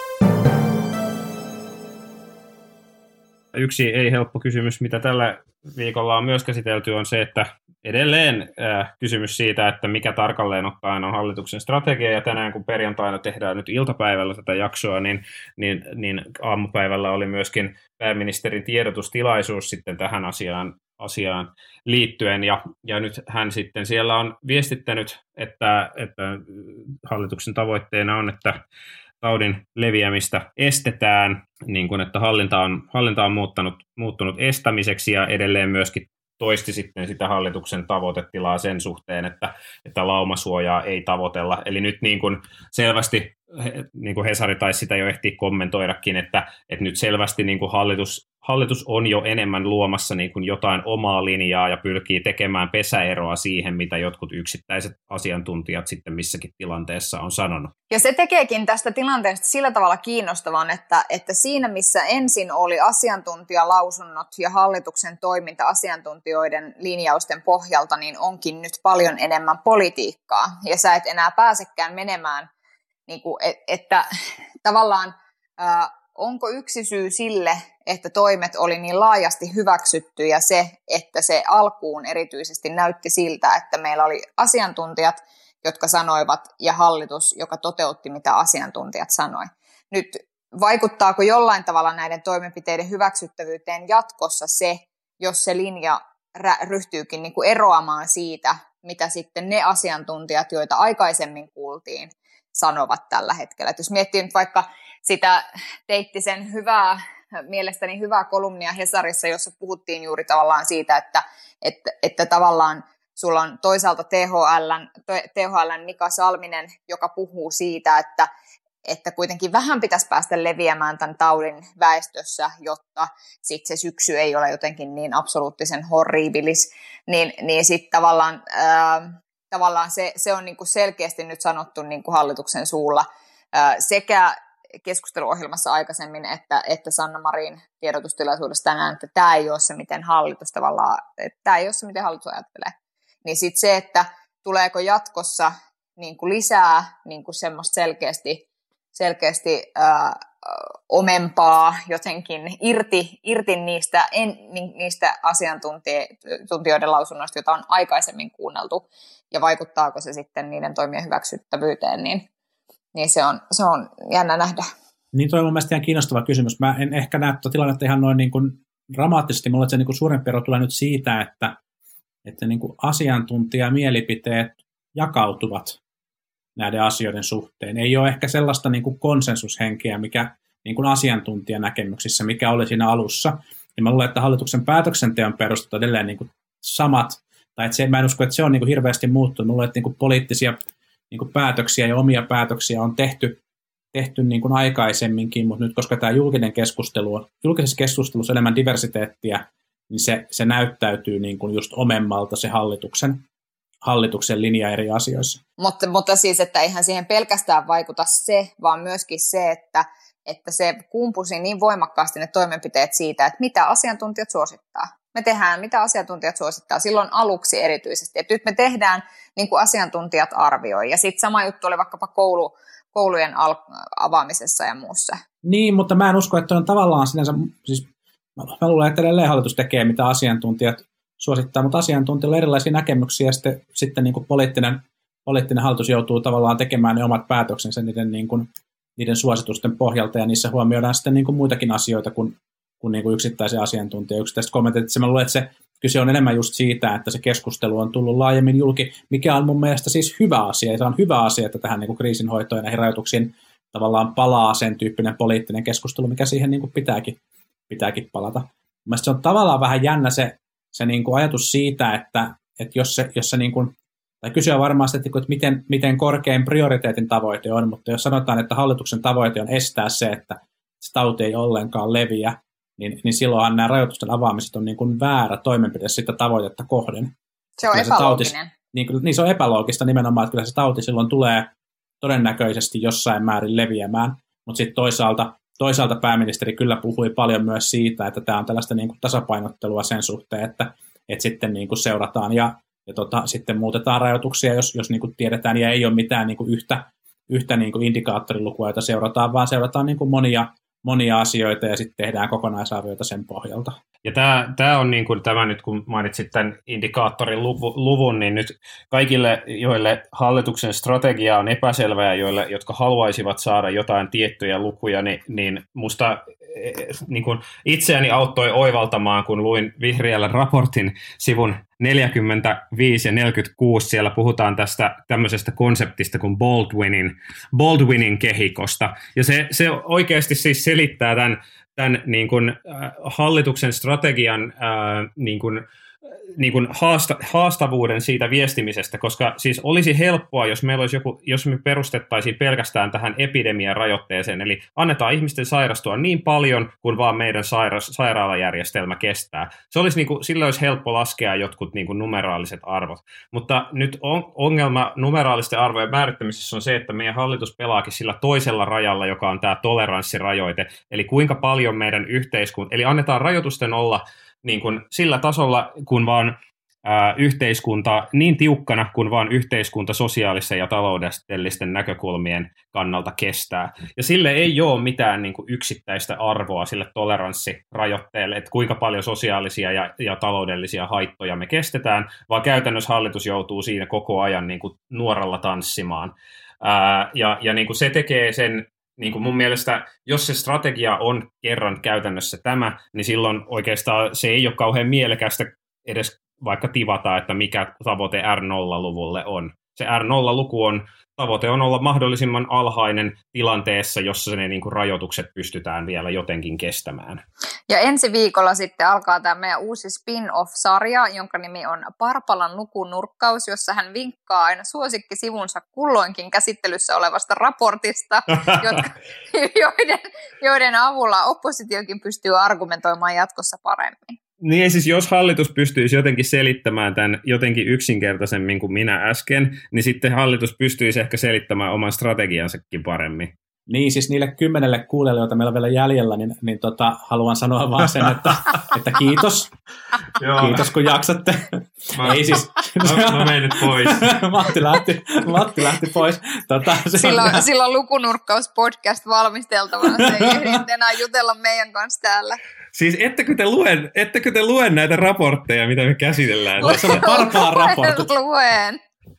Yksi ei helppo kysymys, mitä tällä viikolla on myös käsitelty, on se, että edelleen kysymys siitä, että mikä tarkalleen ottaen on hallituksen strategia, ja tänään kun perjantaina tehdään nyt iltapäivällä tätä jaksoa, niin aamupäivällä oli myöskin pääministerin tiedotustilaisuus sitten tähän asiaan liittyen, ja nyt hän sitten siellä on viestittänyt, että hallituksen tavoitteena on, että taudin leviämistä estetään, niin kuin että hallinta on muuttunut estämiseksi, ja edelleen myöskin toisti sitten sitä hallituksen tavoitetilaa sen suhteen, että laumasuojaa ei tavoitella. Eli nyt niin kuin selvästi, niin kuin Hesari taisi sitä jo ehtiä kommentoidakin, että nyt selvästi niin kuin hallitus on jo enemmän luomassa niin kuin jotain omaa linjaa ja pyrkii tekemään pesäeroa siihen, mitä jotkut yksittäiset asiantuntijat sitten missäkin tilanteessa on sanonut. Ja se tekeekin tästä tilanteesta sillä tavalla kiinnostavan, että siinä missä ensin oli asiantuntijalausunnot ja hallituksen toiminta asiantuntijoiden linjausten pohjalta, niin onkin nyt paljon enemmän politiikkaa. Ja sä et enää pääsekään menemään, niin kuin, että tavallaan onko yksi syy sille, että toimet oli niin laajasti hyväksytty ja se, että se alkuun erityisesti näytti siltä, että meillä oli asiantuntijat, jotka sanoivat ja hallitus, joka toteutti mitä asiantuntijat sanoi. Nyt vaikuttaako jollain tavalla näiden toimenpiteiden hyväksyttävyyteen jatkossa se, jos se linja ryhtyykin niin kuin eroamaan siitä, mitä sitten ne asiantuntijat, joita aikaisemmin kuultiin, sanovat tällä hetkellä. Et jos miettii nyt vaikka sitä Teittisen mielestäni hyvää kolumnia Hesarissa, jossa puhuttiin juuri tavallaan siitä, että tavallaan sulla on toisaalta THL:n Mika Salminen, joka puhuu siitä, että kuitenkin vähän pitäisi päästä leviämään tämän taudin väestössä, jotta sitten se syksy ei ole jotenkin niin absoluuttisen horribilis, niin sitten tavallaan se on niinku selkeästi nyt sanottu niinku hallituksen suulla sekä keskusteluohjelmassa aikaisemmin, että Sanna Marin tiedotustilaisuudessa tänään, että tämä ei ole se, miten hallitus ajattelee. Niin sitten se, että tuleeko jatkossa niin kuin lisää niin kuin semmoista selkeästi omempaa jotenkin irti niistä asiantuntijoiden lausunnoista, joita on aikaisemmin kuunneltu, ja vaikuttaako se sitten niiden toimien hyväksyttävyyteen, niin se on jännä nähdä. Niin toi on mun mielestä ihan kiinnostava kysymys. Mä en ehkä näe tuota tilannetta ihan noin niin kuin dramaattisesti. Mulla se niin kuin suurempi ero tulee nyt siitä, että niin kuin asiantuntijamielipiteet jakautuvat näiden asioiden suhteen. Ei ole ehkä sellaista niin kuin konsensushenkeä, mikä niin kuin asiantuntijanäkemyksissä, mikä oli siinä alussa. Ja mä luulen, että hallituksen päätöksenteon perustat edelleen niin kuin samat, tai että mä en usko, että se on niin kuin hirveästi muuttunut. Mä luulen, että niin kuin poliittisia niin kuin päätöksiä ja omia päätöksiä on tehty niin kuin aikaisemminkin, mutta nyt koska tämä julkisessa keskustelussa enemmän diversiteettiä, niin se näyttäytyy niin kuin just omemmalta se hallituksen linja eri asioissa. Mutta siis, että eihän siihen pelkästään vaikuta se, vaan myöskin se, että se kumpusi niin voimakkaasti ne toimenpiteet siitä, että mitä asiantuntijat suosittaa. Me tehdään, mitä asiantuntijat suosittaa, silloin aluksi erityisesti. Että nyt me tehdään, niin kuin asiantuntijat arvioi. Ja sitten sama juttu oli vaikkapa koulujen avaamisessa ja muussa. Niin, mutta mä en usko, että on tavallaan sinänsä, siis mä luulen, että edelleen hallitus tekee, mitä asiantuntijat suosittaa, mutta asiantuntijoilla on erilaisia näkemyksiä, ja sitten niin kuin poliittinen hallitus joutuu tavallaan tekemään ne omat päätöksensä niiden suositusten pohjalta, ja niissä huomioidaan sitten niin kuin muitakin asioita kuin niin kuin yksittäisiä asiantuntijoita, yksittäiset kommentit. Mä luulen, että se kyse on enemmän just siitä, että se keskustelu on tullut laajemmin julki, mikä on mun mielestä siis hyvä asia, ja se on hyvä asia, että tähän niin kuin kriisinhoitoon ja näihin rajoituksiin tavallaan palaa sen tyyppinen poliittinen keskustelu, mikä siihen niin kuin pitääkin palata. Mielestäni se on tavallaan vähän jännä se niin kuin ajatus siitä, että jos se niin kuin tai kysyä varmaan sitä, että miten korkein prioriteetin tavoite on, mutta jos sanotaan, että hallituksen tavoite on estää se, että se tauti ei ollenkaan leviä, niin silloinhan nämä rajoitusten avaamiset on niin kuin väärä toimenpide sitä tavoitetta kohden. Se on epälooginen. Niin se on epäloogista nimenomaan, että kyllä se tauti silloin tulee todennäköisesti jossain määrin leviämään, mutta sitten toisaalta pääministeri kyllä puhui paljon myös siitä, että tämä on tällaista niin kuin tasapainottelua sen suhteen, että sitten niin kuin seurataan ja sitten muutetaan rajoituksia, jos niin kuin tiedetään ja ei ole mitään niin kuin yhtä niin kuin indikaattorilukua, jota seurataan, vaan seurataan niin kuin monia asioita ja sitten tehdään kokonaisarvioita sen pohjalta. Ja tämä on niin kuin tämä nyt, kun mainitsit tämän indikaattorin luvun, niin nyt kaikille, joille hallituksen strategia on epäselvä ja jotka haluaisivat saada jotain tiettyjä lukuja, niin musta niin kuin itseäni auttoi oivaltamaan, kun luin Vihriälän raportin sivun 45 ja 46, siellä puhutaan tästä tämmöisestä konseptista kuin Baldwinin kehikosta, ja se oikeasti siis selittää tämän niin kuin, hallituksen strategian niin kuin haastavuuden siitä viestimisestä, koska siis olisi helppoa, jos meillä olisi jos me perustettaisiin pelkästään tähän epidemian rajoitteeseen, eli annetaan ihmisten sairastua niin paljon, kuin vaan meidän sairaalajärjestelmä kestää. Se olisi niin kuin, sillä olisi helppo laskea jotkut niin kuin numeraaliset arvot, mutta nyt ongelma numeraalisten arvojen määrittämisessä on se, että meidän hallitus pelaakin sillä toisella rajalla, joka on tämä toleranssirajoite, eli kuinka paljon meidän yhteiskunta, eli annetaan rajoitusten olla niin kuin sillä tasolla, kun vaan yhteiskunta, niin tiukkana kuin vaan yhteiskunta sosiaalisten ja taloudellisten näkökulmien kannalta kestää. Ja sille ei ole mitään niin kuin yksittäistä arvoa sille toleranssirajoitteelle, että kuinka paljon sosiaalisia ja taloudellisia haittoja me kestetään, vaan käytännössä hallitus joutuu siinä koko ajan niin kuin nuoralla tanssimaan. Ja niin kuin se tekee sen, niin kuin mun mielestä, jos se strategia on kerran käytännössä tämä, niin silloin oikeastaan se ei ole kauhean mielekästä edes vaikka tivata, että mikä tavoite R0-luvulle on. Se R0-luku tavoite on olla mahdollisimman alhainen tilanteessa, jossa ne niin kuin rajoitukset pystytään vielä jotenkin kestämään. Ja ensi viikolla sitten alkaa tämä meidän uusi spin-off-sarja, jonka nimi on Parpalan lukunurkkaus, jossa hän vinkkaa aina suosikkisivunsa kulloinkin käsittelyssä olevasta raportista, joiden avulla oppositiokin pystyy argumentoimaan jatkossa paremmin. Niin siis jos hallitus pystyisi jotenkin selittämään tämän jotenkin yksinkertaisemmin kuin minä äsken, niin sitten hallitus pystyisi ehkä selittämään oman strategiansakin paremmin. Niin, siis niille 10 kuulijoille, joita meillä on vielä jäljellä, niin haluan sanoa vaan sen, että kiitos. Kiitos, kun jaksatte. Mä menen nyt pois. Matti lähti pois. Silloin lukunurkkauspodcast valmisteltavana. Se ei ehdi enää jutella meidän kanssa täällä. Siis ettekö te lue näitä raportteja, mitä me käsitellään? Tässä on Parpalan raportit. Luen.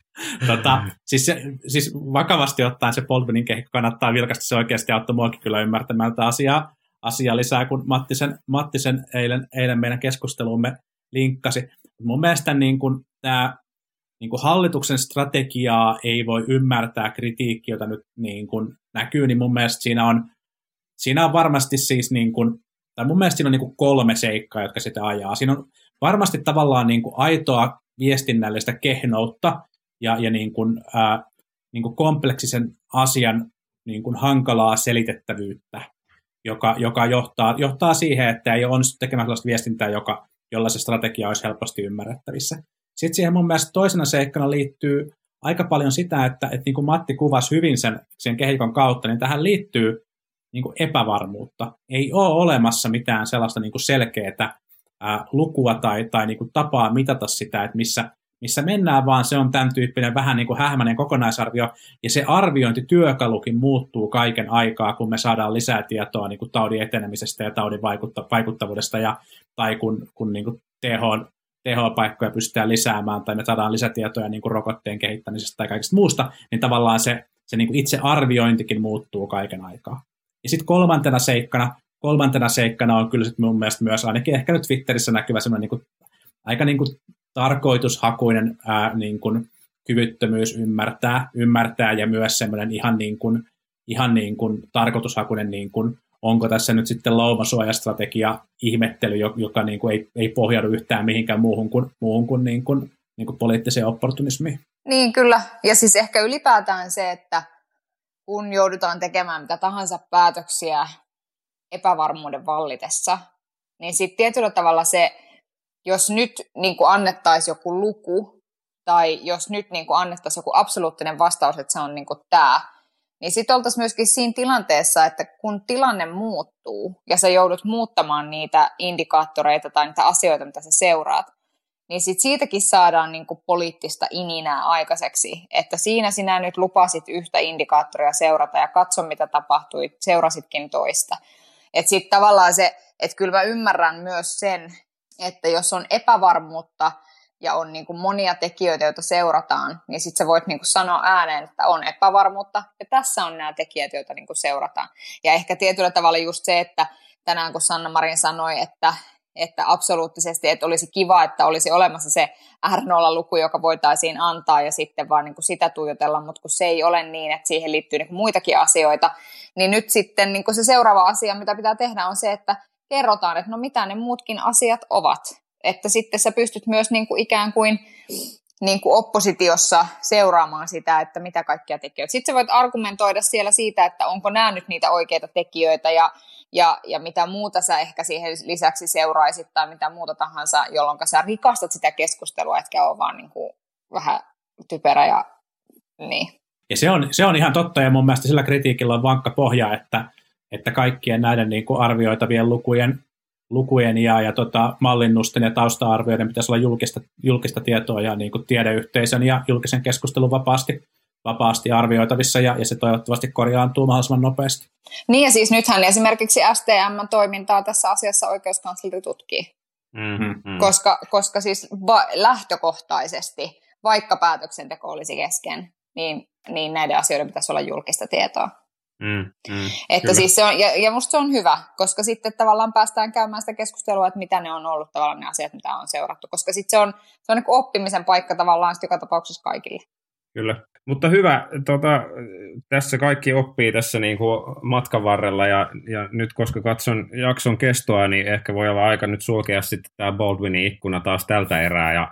Siis vakavasti ottaen se Baldwinin kehikko kannattaa vilkaista, se oikeasti auttoi muakin kyllä ymmärtämään tätä asiaa lisää, kun Mattisen eilen meidän keskusteluumme linkkasi. Mun mielestä niin kun tämä niin kun hallituksen strategiaa ei voi ymmärtää kritiikki, jota nyt niin kun näkyy, niin mun mielestä siinä on varmasti siis niin kun, tai mun mielestä siinä on niin kun 3 seikkaa, jotka sitä ajaa. Siinä on varmasti tavallaan niin kun aitoa viestinnällistä kehnoutta, ja niin kuin kompleksisen asian niin kuin hankalaa selitettävyyttä, joka johtaa siihen, että ei ole onnistu tekemään sellaista viestintää, jolla se strategia olisi helposti ymmärrettävissä. Sitten siihen mun mielestä toisena seikkana liittyy aika paljon sitä, että niin kuin Matti kuvasi hyvin sen kehikon kautta, niin tähän liittyy niin kuin epävarmuutta. Ei ole olemassa mitään sellaista niin kuin selkeää lukua tai niin kuin tapaa mitata sitä, että missä mennään, vaan se on tämän tyyppinen vähän niin kuin hähmäinen kokonaisarvio, ja se arviointityökalukin muuttuu kaiken aikaa, kun me saadaan lisää tietoa niin kuin taudin etenemisestä ja taudin vaikuttavuudesta, tai kun niin kuin TH-paikkoja pystytään lisäämään, tai me saadaan lisätietoja niin kuin rokotteen kehittämisestä tai kaikesta muusta, niin tavallaan se niin kuin itse arviointikin muuttuu kaiken aikaa. Ja sitten kolmantena seikkana on kyllä sit mun mielestä myös ainakin ehkä nyt Twitterissä näkyvä semmoinen niin kuin aika niin kuin tarkoitushakuinen niin kuin kyvyttömyys ymmärtää ja myös semmoinen ihan niin kuin tarkoitushakuinen, niin kuin, onko tässä nyt sitten laumasuojastrategia ihmettely, joka niin kuin ei pohjaudu yhtään mihinkään muuhun kuin poliittiseen opportunismiin. Niin kyllä, ja siis ehkä ylipäätään se, että kun joudutaan tekemään mitä tahansa päätöksiä epävarmuuden vallitessa, niin sitten tietyllä tavalla se, jos nyt niin kuin annettaisiin joku luku, tai jos nyt niin kuin annettaisiin joku absoluuttinen vastaus, että se on niin kuin tämä, niin sitten oltaisiin myöskin siinä tilanteessa, että kun tilanne muuttuu, ja sä joudut muuttamaan niitä indikaattoreita tai niitä asioita, mitä sä seuraat, niin sit siitäkin saadaan niin kuin poliittista ininää aikaiseksi, että siinä sinä nyt lupasit yhtä indikaattoria seurata ja katso mitä tapahtui, seurasitkin toista. Että sitten tavallaan se, että kyllä mä ymmärrän myös sen, että jos on epävarmuutta ja on niin kuin monia tekijöitä, joita seurataan, niin sitten sä voit niin kuin sanoa ääneen, että on epävarmuutta ja tässä on nämä tekijät, joita niin kuin seurataan. Ja ehkä tietyllä tavalla just se, että tänään kun Sanna Marin sanoi, että absoluuttisesti, että olisi kiva, että olisi olemassa se R0-luku, joka voitaisiin antaa ja sitten vaan niin kuin sitä tuijotella, mutta kun se ei ole niin, että siihen liittyy niin kuin muitakin asioita, niin nyt sitten niin kuin se seuraava asia, mitä pitää tehdä, on se, että kerrotaan, että no mitä ne muutkin asiat ovat. Että sitten sä pystyt myös niin kuin ikään kuin oppositiossa seuraamaan sitä, että mitä kaikkia tekijöitä. Sitten sä voit argumentoida siellä siitä, että onko nämä nyt niitä oikeita tekijöitä ja mitä muuta sä ehkä siihen lisäksi seuraisit tai mitä muuta tahansa, jolloin sä rikastat sitä keskustelua, etkä ole vaan niin kuin vähän typerä ja niin. Ja se on ihan totta ja mun mielestä sillä kritiikillä on vankka pohja, että kaikkien näiden niin kuin arvioitavien lukujen ja mallinnusten ja tausta-arvioiden pitäisi olla julkista tietoa ja niin kuin tiedeyhteisön ja julkisen keskustelun vapaasti arvioitavissa ja se toivottavasti korjaantuu mahdollisimman nopeasti. Niin ja siis nythän esimerkiksi STM-toimintaa tässä asiassa oikeuskansleri tutkii, koska siis lähtökohtaisesti, vaikka päätöksenteko olisi kesken, niin näiden asioiden pitäisi olla julkista tietoa. Että siis se on, ja musta se on hyvä, koska sitten tavallaan päästään käymään sitä keskustelua, että mitä ne on ollut tavallaan ne asiat, mitä on seurattu, koska sitten se on niin kuin oppimisen paikka tavallaan joka tapauksessa kaikille. Kyllä, mutta hyvä, tässä kaikki oppii tässä niin kuin matkan varrella ja nyt koska katson jakson kestoa, niin ehkä voi olla aika nyt sulkea sitten tämä Baldwinin ikkuna taas tältä erää ja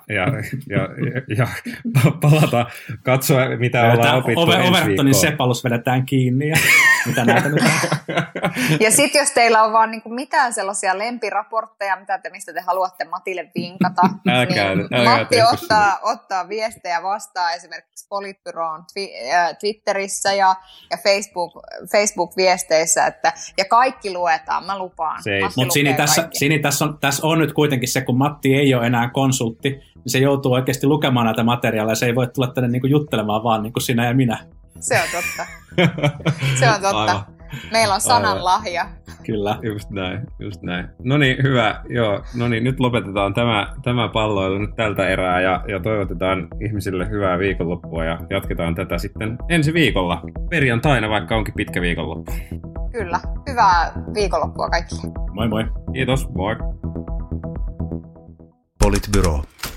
palata katsoa, mitä ollaan opittu ensi viikkoon. Overtonin sepalus vedetään kiinni ja mitä näitä nyt on. Ja sitten jos teillä on vaan niinku mitään sellaisia lempiraportteja, mistä te haluatte Matille vinkata, niin Matti ottaa viestejä vastaan esimerkiksi Politbyroon Twitterissä ja Facebook-viesteissä, ja kaikki luetaan, mä lupaan. Mutta Sini, tässä on nyt kuitenkin se, kun Matti ei ole enää konsultti, niin se joutuu oikeasti lukemaan näitä materiaaleja, se ei voi tulla tänne niinku juttelemaan vaan niin kuin sinä ja minä. Se on totta. Se on totta. Aivan. Meillä on sanan lahja. Kyllä. Just näin. No niin, hyvä. Joo, no niin, nyt lopetetaan tämä palloilu nyt tältä erää ja toivotetaan ihmisille hyvää viikonloppua ja jatketaan tätä sitten ensi viikolla. Perjantaina, vaikka onkin pitkä viikonloppu. Kyllä. Hyvää viikonloppua kaikille. Moi moi. Kiitos, moi. Politbyro.